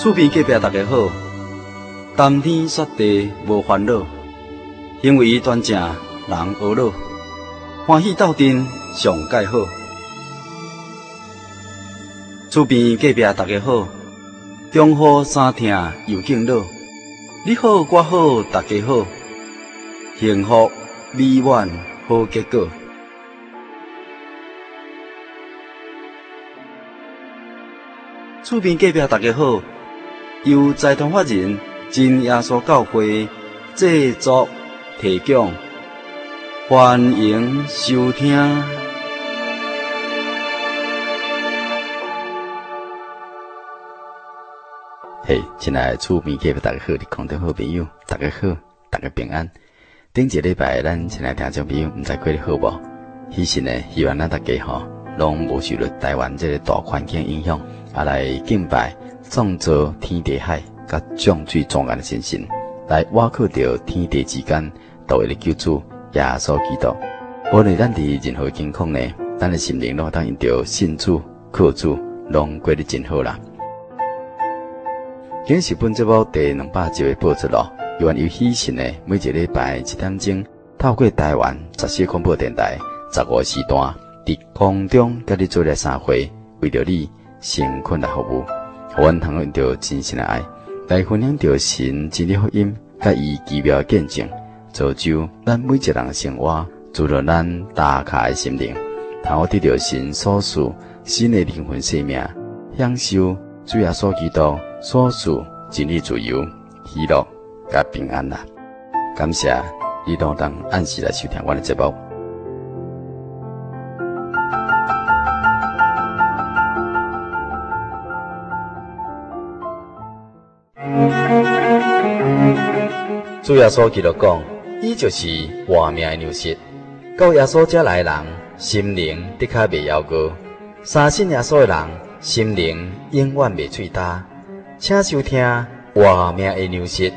厝边隔壁大家好，谈天说地无烦恼，行为端正人学老，欢喜斗阵上介好。厝边隔壁大家好，中好三听又敬老，你好我好大家好，幸福美满好结果。厝边隔壁大家好，由财团法人真耶稣教会制作提供，欢迎收听。 嘿，亲爱的厝边隔壁大家好，你空中好朋友，大家好，大家平安。顶一个礼拜，咱亲爱听众朋友，唔知过得好无？其实呢，希望咱大家拢无受到台湾这个大环境影响，来敬拜创造天地海甲降水庄严的神神，来挖靠着天地之间独一的救主耶稣基督。无论咱伫任何境况呢，咱的心灵拢当因着信主、靠主，拢过得真好啦。今是本节目第200集的播出咯。由于有喜讯呢，每一个礼拜1点钟，透过台湾14广播电台15时段，伫空中甲你做来3回，为着你诚恳来服务，互阮通用着真心的爱，来分享着神真理福音，甲伊奇妙的见证，造就咱每一人生活，助着咱打开心灵，通好得着神所赐新的灵魂生命，享受主耶稣基督所赐真理自由、喜乐甲平安啦！感谢你都当按时来收听我的节目。主耶稣基督讲，伊就是活命的粮食。到耶稣这来的人，心灵的确袂夭糕；相信耶稣的人，心灵永远袂脆焦。请收听活命的粮食。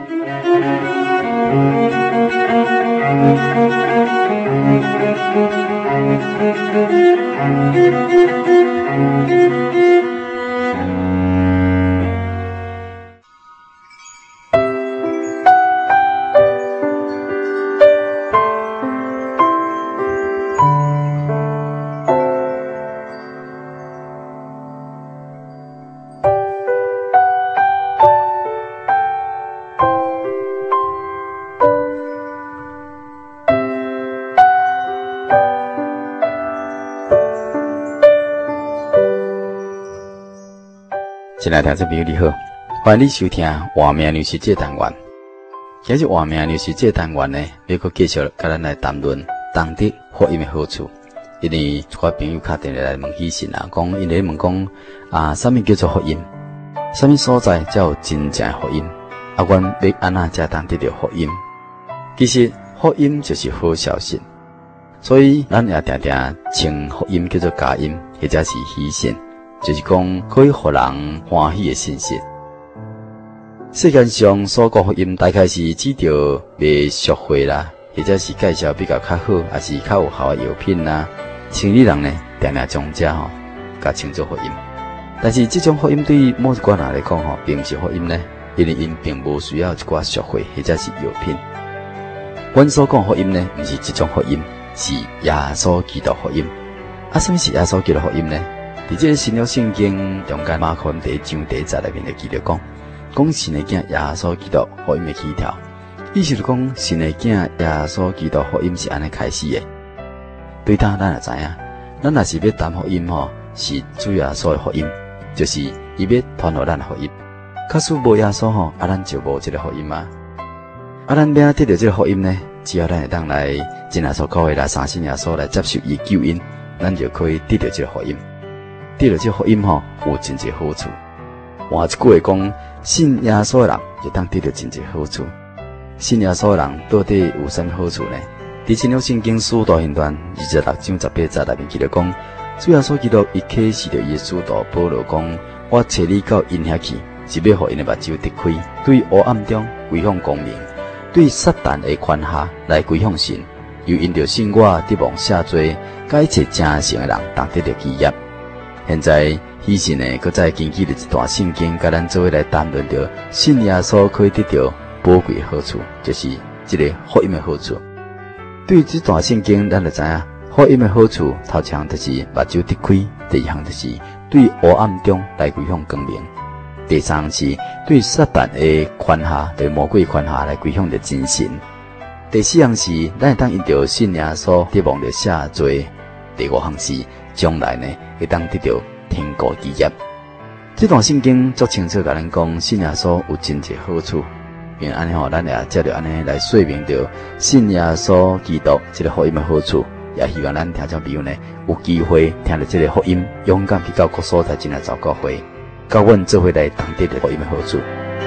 亲爱的听众朋友你好，欢迎你收听活命粮食这单元。今日活命粮食这单元呢，要搁继续甲咱来谈论当得福音的好处。因为我朋友打电话来问喜讯啊，讲因咧问讲什么叫做福音？什么所在才有真正的福音？阮要安怎才当得到福音？其实福音就是好消息，所以咱也常常称福音叫做佳音，或者是喜讯。就是讲可以互人欢喜的信息。世间上所讲福音，大概是指着卖俗货啦，或者是介绍比较较好，还是较有效的药品啦。生理人呢，常常将这甲称作福音。但是这种福音对于某一寡人来讲并不是福音呢，因为因并无需要一寡俗货或者是药品。阮所讲福音呢，不是这种福音，是耶稣基督福音。什么是耶稣基督福音呢？伫这个新约圣经中间马可第1章第1节里面就记着讲神的囝耶稣基督福音的起条，意思就讲神的囝耶稣基督福音是安尼开始的。对他咱也知影，咱若是要谈福音是主耶稣的福音，就是伊要传互咱的福音。假使无耶稣咱就无这个福音啊。咱要得到这个福音呢，只要咱会当来真耶稣教会来相信耶稣来接受伊救恩，咱就可以得到这个福音。得到这福音有真侪好处。换一句话讲，信耶稣的人就当得到真侪好处。信耶稣的人到底有啥物好处呢？伫新约圣经使徒行传26章18节里面记着讲，主耶稣基督伊启示着伊的使徒保罗讲，我找你到因遐去，是要互因的目睭得开，对黑暗中归向光明，对撒旦的权下来归向神。又因着信我得蒙赦罪，甲一切正诚的人当得到基业。 现在喜信呢，搁再根据了一段圣经，甲咱做伙来谈论着信耶稣可以得到宝贵的好处，就是这个福音的好处。对于这段圣经，咱就知影福音的好处，头前就是目睭得开，第二项就是对黑暗中来归向光明，第三是对撒旦的权下，对魔鬼权下来归向着真神。第四项是咱会当因着信耶稣得望着下罪。第五项是将来呢会当得到天国基业。这段圣经足清楚甲咱讲，信耶稣有真侪好处，因为安尼吼，咱也接着安尼来说明着信耶稣基督这个福音的好处。也希望咱听众朋友呢有机会听到这个福音，勇敢去到各所在进来找教会，甲阮做伙来同得着福音的好处。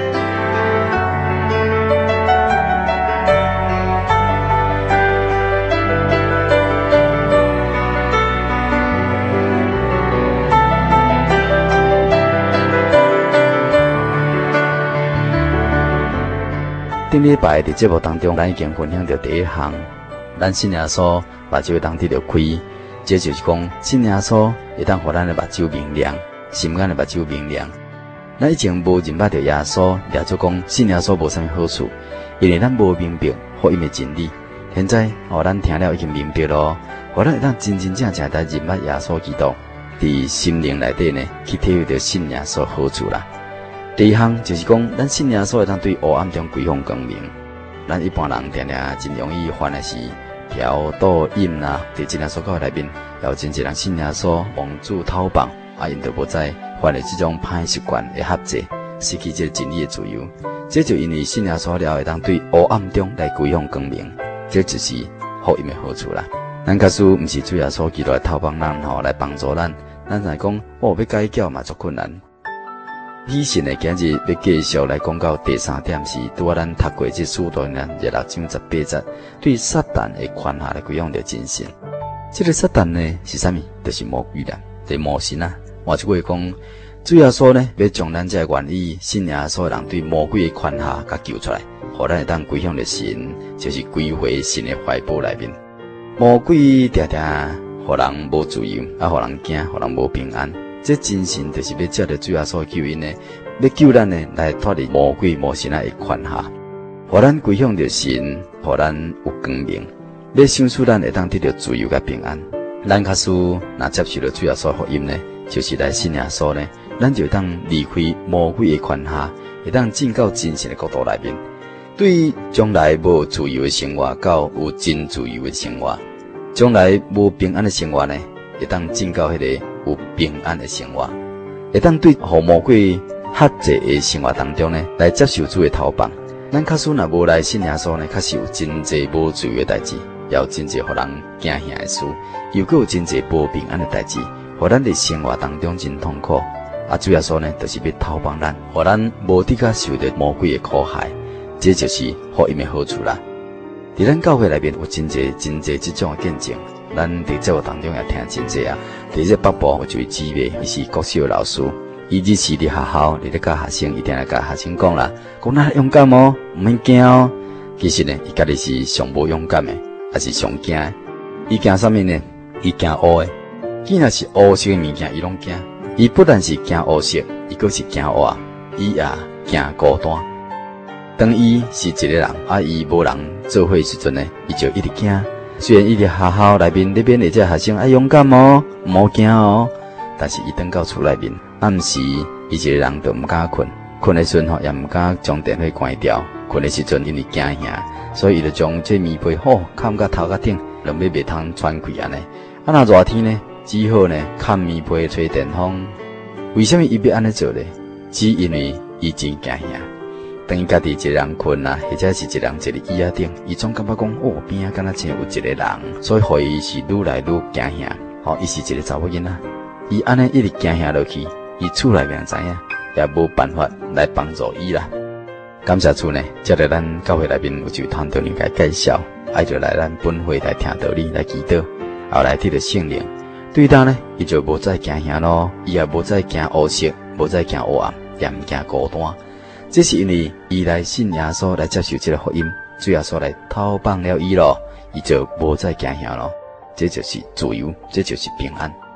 顶礼拜伫节目当中，咱已经分享到第一项，咱信耶稣目睭会当得到开，这就是讲信耶稣会当互咱的目睭明亮，心眼的目睭明亮。咱以前无认捌到耶稣，也就讲信耶稣无啥物好处，因为咱无明白福音的真理。现在咱听了已经明白咯，互咱会当真真正正来认捌耶稣基督，伫心灵内底呢去体会到信耶稣好处啦。第二项就是讲，咱信耶稣会当对黑暗中归向光明。咱一般人定定真容易犯的是嫖赌饮啦，伫真耶稣教会内面，有真侪人信耶稣妄自偷放，因就无再犯了这种歹习惯的合制，失去这个真理的自由。这就因为信耶稣了会当对黑暗中来归向光明，这就是福音的好处啦。咱假使毋是主耶稣基督来偷放咱来帮助咱才讲要改教嘛足困难。喜信的今日要继续来讲到第三点，是拄啊咱读过这书段呢，6章18节，对撒旦的权下来归向着真神。这个撒旦呢是啥物？就是魔鬼啦，就是魔神啊。换一句话讲，主耶稣呢要将咱这愿意信耶稣的人对魔鬼的权下甲救出来，互咱会当归向着神，就是归回神的怀抱内面。魔鬼常常互人无自由，互人惊，互人无平安。这真神就是要借着主耶稣救因呢，要救咱呢来脱离魔鬼魔神的权下，互咱归向着神，互咱有光明，要想使咱会当得到自由甲平安。咱假使若接受了主耶稣福音呢，就是来信耶稣呢，咱就会当离开魔鬼的权下，会当进到真神的国度内面。对将来无自由的生活，到有真自由的生活；将来无平安的生活呢，会当进到迄个有平安的生活，会当对互魔鬼克制的生活当中呢，来接受主的偷放。咱假使若无来信耶稣呢，确实有真侪无自由的代志，也有真侪互人惊吓的事，又搁有真侪无平安的代志，互咱伫生活当中真痛苦。主耶稣呢，就是要偷放咱，互咱无得甲受着魔鬼的苦害，这就是福音的好处啦。伫咱教会内面有真侪这种的见证。咱伫节目当中也听真侪啊！伫这北部有一位姊妹，伊是国小老师，伊日时伫学校伫咧教学生，一定来甲学生讲啦，讲咱勇敢哦，毋免惊哦。其实呢，伊家己是上无勇敢的，也是上惊的。伊惊啥物呢？伊惊黑的，既然是黑色的物件，伊拢惊。伊不但是惊黑色，伊阁是惊黑，伊也惊孤单。当伊是一个人，伊无人做伙时阵呢，伊就一直惊。虽然伊伫学校内面咧勉励这学生勇敢哦，毋好惊哦，但是伊转到厝内面，暗时伊一个人就毋敢困，困的时阵也毋敢将电话关掉，困的时阵因为惊吓，所以伊就将这棉被盖到头壳顶，让要袂通喘气安尼。若热天呢，只好呢盖棉被吹电风。为什么伊要安尼做呢？只因为伊真惊吓。当伊家己一个人困啊，或者是一个人坐伫椅仔顶，伊总感觉讲边啊敢若真有一个人，所以互伊是愈来愈惊吓。伊是一个查某囡仔，伊安尼一直惊吓落去，伊厝内面知影，也无办法来帮助伊啦。感谢主呢，接着咱教会内面有一位团队人来介绍，就来咱本会来听道理来祈祷，后来得到圣灵。对当呢，伊就无再惊吓咯，伊也无再惊黑色，无再惊黑暗，也毋惊孤单。这是因为伊来信耶稣来接受这个福音，主耶稣来偷放了伊咯，伊就无再惊吓咯。这就是自由，这就是平安。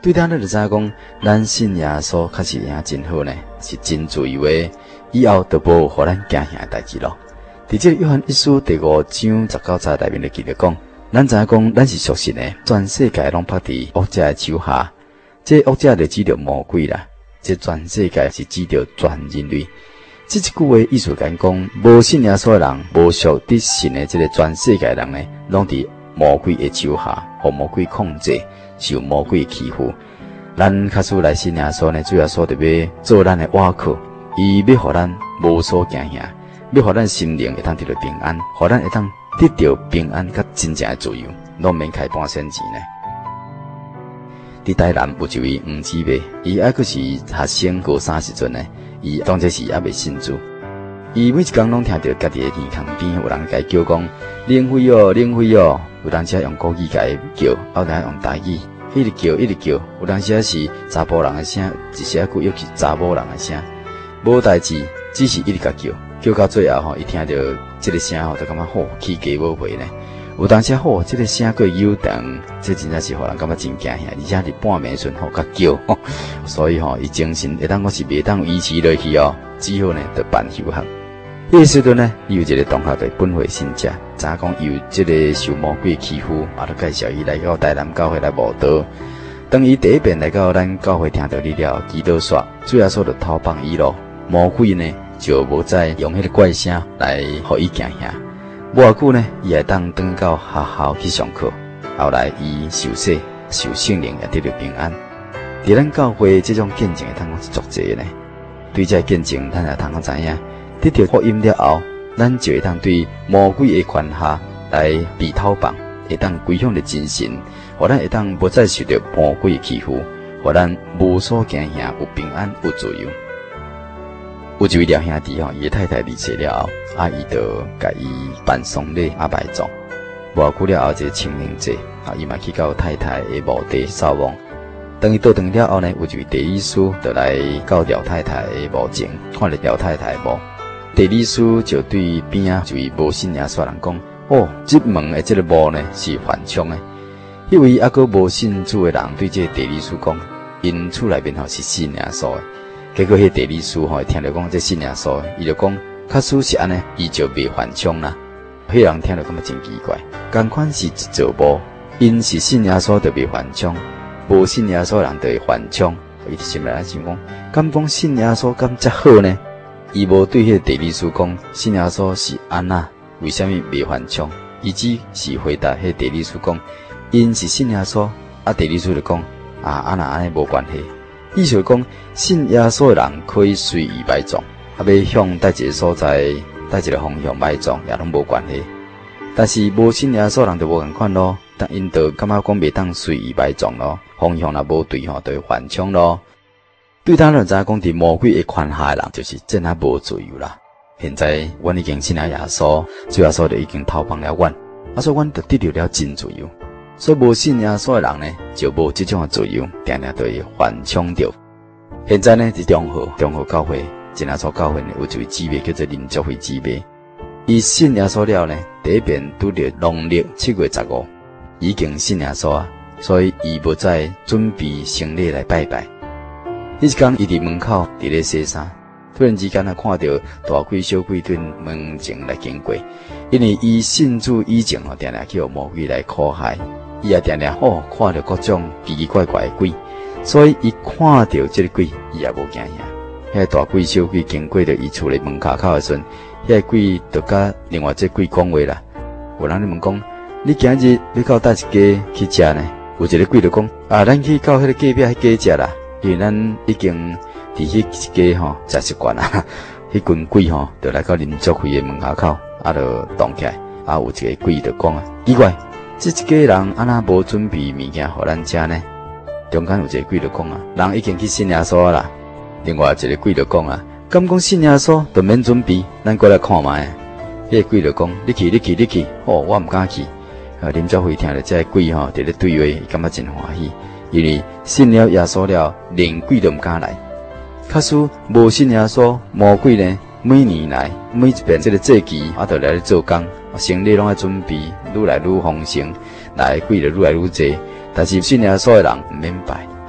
对咱就知讲，咱信耶稣确实也真好呢，是真自由的，以后就无互咱惊吓的代志咯。伫这约翰一书第5章19节内面就记得讲，咱知影讲，咱是属实的，全世界拢拍伫恶者的手下。这恶者就指着魔鬼啦，这全世界是指着全人类。这一句话意思讲，无信耶稣的人，无属伫神的这个全世界的人呢，拢伫魔鬼的手下，互魔鬼控制，受魔鬼的欺负。咱确实来信耶稣呢，主要说特别做咱的瓦靠，伊要互咱无所惊吓，要互咱心灵会当得到平安，互咱会当得到平安甲真正的自由，拢免开半仙钱呢。伫台南有一位黄姊妹，伊还阁是学生高三时阵呢，伊当这时还未信主，伊每一工拢听到家己的耳旁边有人甲伊叫讲灵辉哦，灵辉哦，有当时用国语甲伊叫，有当用台语。一直叫，一直叫，有当时是查甫人的声，一时又是查某人的声，无代志，只是一直甲叫，叫到最后吼，伊听到这个声吼，就感觉好起价无回呢。有当时好，这个声过悠长，这真正是互人感觉真惊吓，而且是半暝时吼甲叫，所以吼，伊精神会当我是袂当维持落去哦，只好呢就办休学。迄个时阵呢，伊有一个同学就本会信者，知影讲有这个受魔鬼欺负，就介绍伊来到台南教会来慕道。当伊第一遍来到咱教会听到你了，祈祷煞，主要说就偷放伊咯。魔鬼呢就无再用迄个怪声来互伊惊吓。无偌久呢，伊会当转到学校去上课，后来伊受洗，受圣灵也得到平安。伫咱教会这种见证，通讲是足济呢。对这见证，咱也通讲知影。得到福音了后，咱就会当对魔鬼的权下来被讨棒，会当归向着真神，互咱会当无再受到魔鬼的欺负，互咱无所惊吓，有平安，有自由。有一位廖兄弟伊的太太离世了后，伊就甲伊办丧礼埋葬。无久了后，一个清明节，伊嘛去到太太的墓地扫望。当伊倒转了后呢，有一位地理师就来到廖太太的墓前，看了廖太太的墓。地理师就对边啊一位无信耶稣人讲：哦，这门的这个墓呢是反冲的。迄位还阁无信主的人对这个地理师讲：因厝内面是信耶稣的。结果迄地理师听到讲这信耶稣的，伊就讲：假使是安尼，伊就袂反冲啦。迄人听了感觉真奇怪，同款是一座墓，因是信耶稣就袂反冲，无信耶稣的人就会反冲。伊心内想讲：敢讲信耶稣敢遮好呢？伊无对迄个地理师讲信耶稣是安那，为什么袂反冲？伊只是回答迄个地理师讲，因是信耶稣。地理师就讲安那安尼无关系。意思讲信耶稣的人可以随意埋葬，要向带一个所在、带一个方向埋葬也拢无关系。但是无信耶稣的人就无共款咯，但因就感觉讲袂当随意埋葬咯，方向若无对就会反冲咯。对他人知影讲，伫魔鬼的权下的人，就是真啊无自由啦。现在阮已经信了耶稣，主耶稣就已经投放了阮，所以阮就得到了真自由。所以无信耶稣的人呢，就无这种的自由，定定就会反冲着。现在呢，伫中和教会，真耶稣教会呢，有一位姊妹叫做林竹慧姊妹，伊信耶稣了呢，第一遍拄着农历7月15，已经信耶稣啊，所以伊无再准备生礼来拜拜。迄一天，伊伫门口伫咧洗衫，突然之间看到大鬼小鬼对门前来经过。因为伊信主以前定定去互魔鬼来苦害，伊也定定看到各种奇奇怪怪的鬼，所以伊看到这个鬼，伊也无惊吓。迄大鬼小鬼经过着伊厝的门口的时阵，迄个鬼就甲另外这鬼讲话啦。有人咧问讲：你今日要到倒一家去食呢？有一个鬼就讲：咱去到迄个隔壁迄家食啦。因为咱已经伫迄一家食习惯啦，迄群鬼就来到林竹辉的门口，就动起来。有一个鬼就讲奇怪，这一家人安那无准备物件互咱食呢？中间有一个鬼就讲人已经去信耶稣啦。另外一个鬼就讲敢讲信耶稣就免准备，咱过来看卖。迄个鬼就讲你去，我唔敢去。林竹辉听到这个鬼伫咧对话，伊感觉真欢喜。因为信了耶稣了，连鬼都唔敢来。假使无信耶稣，魔鬼呢每年来，每一遍这个节期，就来做工，生理拢爱准备，愈来愈丰盛，来鬼就愈来愈多。但是信耶稣的人唔免拜，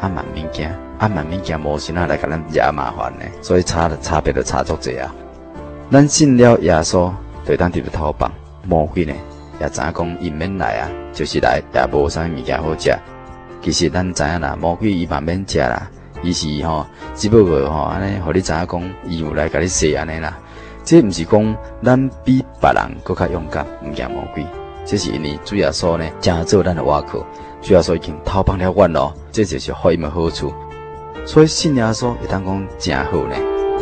慢物件，慢物件无神来甲咱惹麻烦呢，所以差别就差足济啊。咱信了耶稣，就当伫咧头放魔鬼呢，也知影讲伊免来啊，就是来也无啥物件好食。其实咱知影啦，魔鬼伊嘛免食啦，伊是只不过安尼，互你知影讲伊有来甲你说安尼啦。这毋是讲咱比别人更较勇敢，毋惊魔鬼，这是因为主耶稣呢，正做咱的倚靠。主耶稣已经头放了阮咯，这就是福音的好处。所以信耶稣会当讲真好呢。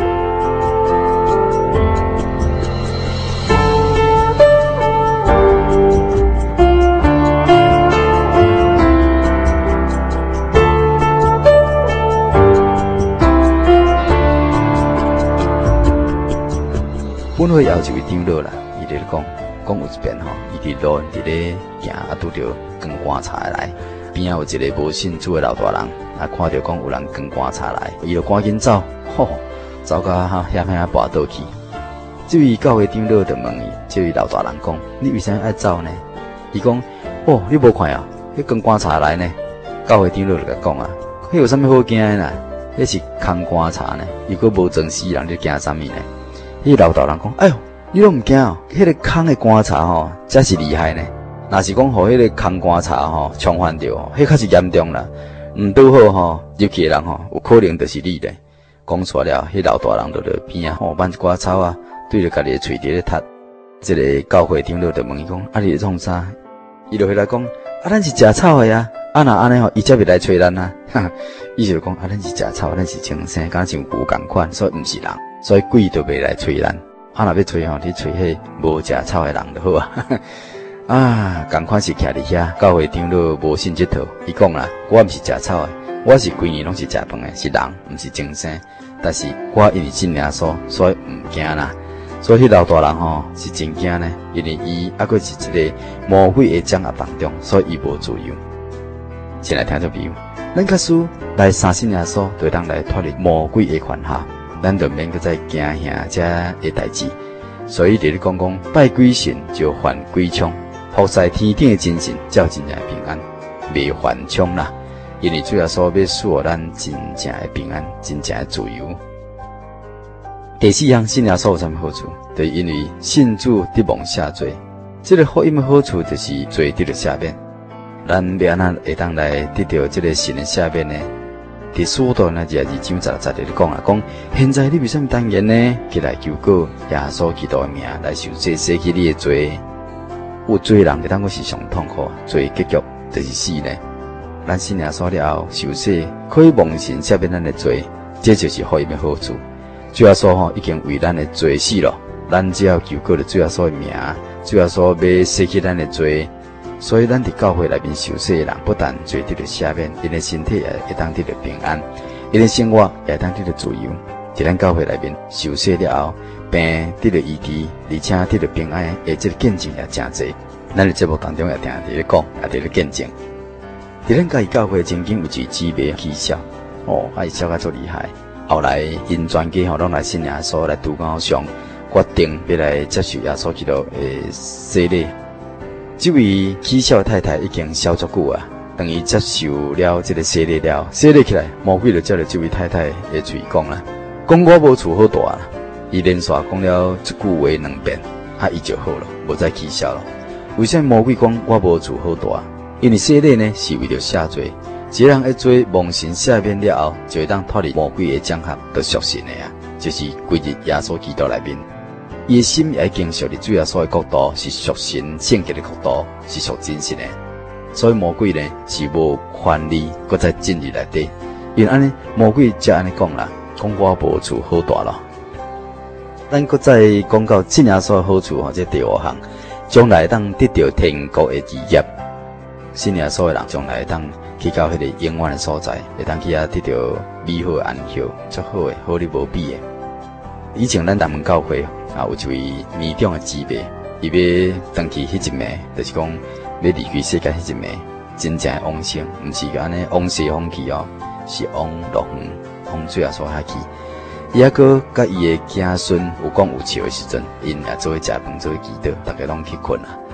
本会要一位长老啦，伊咧讲有一遍伊伫路伫咧行拄着扛棺材来，边仔有一个无信主的老大人，看到讲有人扛棺材来，伊就赶紧走，走到险跋倒去。这位教会长老就问伊，这位老大人讲：你为啥爱走呢？伊讲：你无看啊，迄扛棺材来呢？教会长老就甲讲啊，迄有啥物好惊的啦？迄是扛棺材呢，如果无装死人，你惊啥物呢？迄老大人讲：哎呦，你都毋惊哦？迄个扛的棺材才是厉害呢。若是讲互迄个扛棺材冲犯着迄较是严重啦。毋拄好入去的人有可能就是你咧。讲出了，迄老大人就在边挽一寡草啊，对着家己的喙伫咧踢。这个教会长老就问伊讲：你咧创啥？伊就回来讲：咱是食草的啊。若安尼伊才袂来找咱啊。伊就讲：咱是食草，咱是清生，敢像牛共款，所以毋是人。所以鬼就袂来找咱，若要找你找迄无食草的人就好啊。共款是徛伫遐，教会长老无信这套，伊讲啦，我毋是食草的，我是规年拢是食饭的，是人，毋是精神。但是我因为信耶稣，所以毋惊啦。所以迄老大人是真惊呢，因为伊还佫是一个魔鬼的掌握当中，所以伊无自由。先来听做比喻，咱假使来相信耶稣，就当来脱离魔鬼的权下。咱就免搁再惊吓这个代志，所以咧讲拜鬼神就犯鬼冲，服侍天顶的真神，才有真正的平安，袂犯冲啦。因为主要说要赐予咱真正的平安，真正的自由。第四项信耶稣有啥物好处？就是因为信主得蒙赦罪，这个福音的好处就是罪得到赦免。咱要安怎会当来得到这个神的赦免呢？第4段呢，就2章16节咧讲啦，讲现在你为什么当然呢？起来求告耶稣基督的名来受洗，洗去你的罪。有罪人就当我是上痛苦，罪结局就是死呢。咱信耶稣了后受洗，可以蒙神赦免咱的罪，这就是福音的好处。主耶稣已经为咱的罪死了，咱只要求告了主耶稣的名，主耶稣要洗去咱的罪。所以咱伫教会内面受洗的人，不但罪得到赦免，因的身体也会当得到平安，因的生活也会当得到自由。伫咱教会内面受洗了后，病得到医治，而且得到平安，而这个见证也真侪。咱伫节目当中也定伫咧讲，也伫咧见证。伫咱家己教会曾经有一位姊妹起笑，伊笑甲足厉害。后来因全家拢来信耶稣，来拄到上决定要来接受耶稣基督的洗礼。这位起笑的太太已经笑足久啊，等于接受了这个洗礼了，洗礼起来，魔鬼就照着这位太太的嘴讲啦，讲我无厝好住啦。伊连续讲了一句话2遍，伊就好了，无再起笑了。为什么魔鬼讲我无厝好住？因为洗礼呢是为了赦罪，一个人一做蒙神赦免了后，就会当脱离魔鬼的掌握，得属神的啊，就是归入耶稣基督内面。伊的心也经属伫主耶稣的国度，是属神圣洁的国度，是属真实的。所以魔鬼呢是无权利搁再进入内底。因安尼魔鬼才安尼讲啦，讲我无厝好住咯。咱搁再讲到信耶稣的好处这第5项，将来当得到天国的基业。信耶稣的人将来当去到迄个永远的所在，会当去遐得到美好的安息，足好的，好哩无比的。以前咱南门教会有一位年长的姊妹，伊要登去迄一暝，就是讲要离开世界迄一暝，真正的往生，毋是安尼往西方去是往乐园，往最后所遐去。伊还佫甲伊的子孙有讲有笑的时阵，因也做伙食饭，做伙祈祷，大家拢去困啊。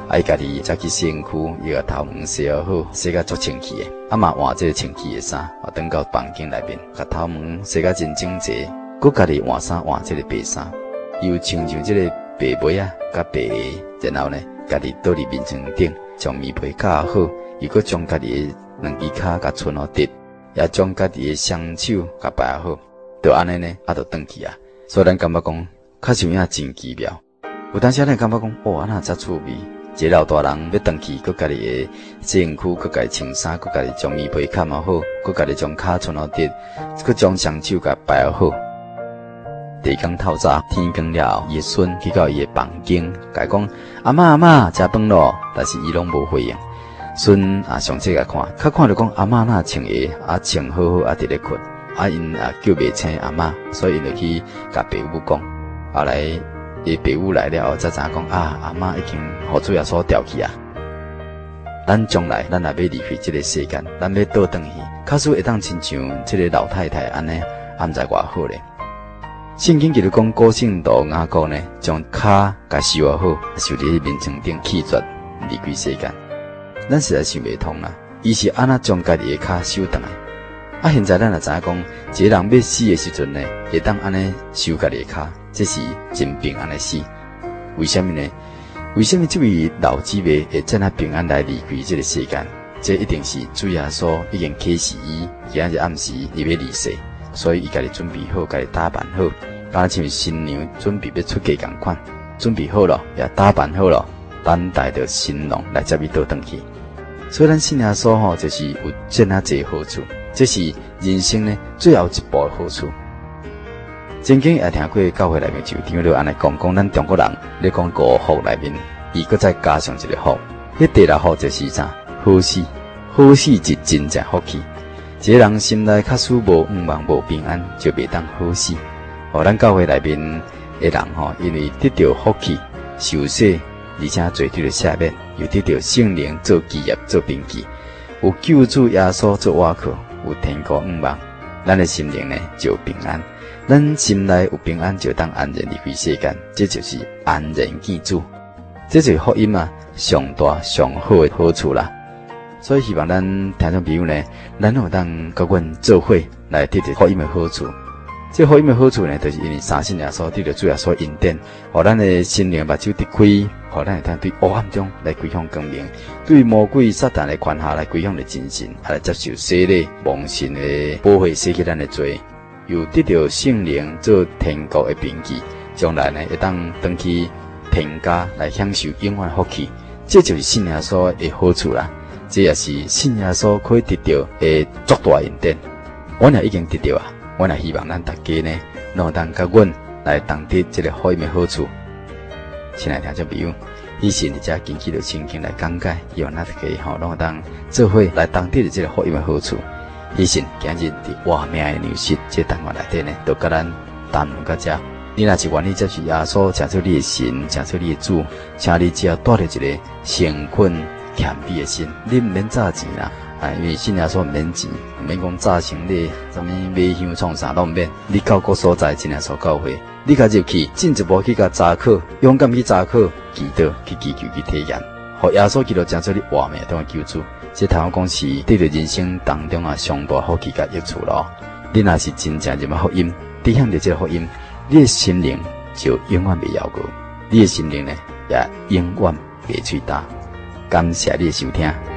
伊家己才去洗身躯，伊个头毛洗好，洗甲足清气诶。啊嘛换这个清气诶衫，转到房间内面，甲头毛洗甲真整齐，佮家己换衫换这个白衫，又穿上这个白袜啊，甲白鞋，然后呢，家己倒伫面床顶，将面皮夹好，又佮将家己诶两只骹甲伸好直，也将家己诶双手甲摆好，就安尼呢，就转去啊。所以咱感觉讲，较像影真奇妙。有当时咱感觉讲，哇，安那遮趣味。一个老大人要转去，佮家己诶洗身躯，佮家己穿衫，佮家己将面皮盖好，佮家己将骹伸好直，佮将双手甲摆好。第二天透早，天光了后，伊诶孙去到伊诶房间，甲伊讲：阿嬷，食饭咯。但是伊拢无回应。孙上车甲看，较看着讲阿嬷那穿鞋，穿好好伫咧困。因叫袂醒阿嬷，所以因就去甲爸母讲。后来伊爸母来了后，才知影讲阿嬷已经互主耶稣调去啊。咱将来咱也要离开这个世间，咱要倒转去，假使会当亲像这个老太太安尼，毋知偌好咧。圣经就是讲古圣徒雅各呢，将骹甲收好，收伫面床顶气绝离开世间。咱实在想袂通啦，伊是安那将家己的骹收转来。现在咱也知影讲，一个人要死的时阵呢，会当安尼收家己的骹，这是真平安的死。为什么呢？为什么这位老姊妹会这样平安来离开这个世间？这一定是主耶稣已经启示伊，今日暗时伊要离世，所以伊家己准备好，家己打扮好，敢像新娘准备要出嫁共款，准备好了，也打扮好了，等待着新郎来接伊倒转去。所以咱信耶稣就是有这样侪好处。这是人生呢最后一步的好处。曾经也听过教会内面就听到安尼讲咱中国人咧讲五福内面，伊搁再加上一个福，迄第六福就是啥？好死，好死是真正福气。一个人心内假使无愿望无平安，就袂当好死。咱教会内面的人因为得到福气、受洗，而且罪得了赦免，又得到圣灵做基业、做凭据，有救主耶稣做倚靠。有天国愿望，咱的心灵呢就平安。咱心内有平安，就当安然离开世间，这就是安然见主。这就是福音上大上好的好处啦。所以希望咱听众朋友呢，咱有当甲阮做伙来得到福音的好处。这福音的好处呢，就是因为相信耶稣得到主耶稣恩典，互咱的心灵目睭得开，互咱会当对黑暗中来归向光明，对魔鬼撒旦的权下来归向的真神，来接受洗礼蒙神的保护，洗去咱的罪，又得到圣灵做天国的凭据，将来呢会当回去天家来享受永远福气。这就是信耶稣的好处啦。这也是信耶稣可以得到的足大恩典。我也已经得到啊。我也希望咱大家呢，能当甲阮来当得这个福音的好处。亲爱的听众朋友，以前你只根据着圣经来讲解，希望咱大家能当做伙来当得这个福音的好处。以前今日伫活命的牛室这单元内底呢，就甲咱谈论到这。你若是愿意接受耶稣，成做你的神，成做你的主，请你只要带着一个诚恳谦卑的心，你毋免诈钱啦。因为信耶稣毋免钱，毋免讲诈成你什么买香创啥拢毋免。你到各所在信耶稣教会，你家入去，进一步去甲查考，勇敢去查考，祈祷去祈求去体验，互耶稣基督成做你活命当救主。这头我讲是对着人生当中上大福气甲益处咯。你若是真正入福音，抵向着这个福音，你的心灵就永远袂夭过，你的心灵呢也永远袂脆焦。感谢你的收听。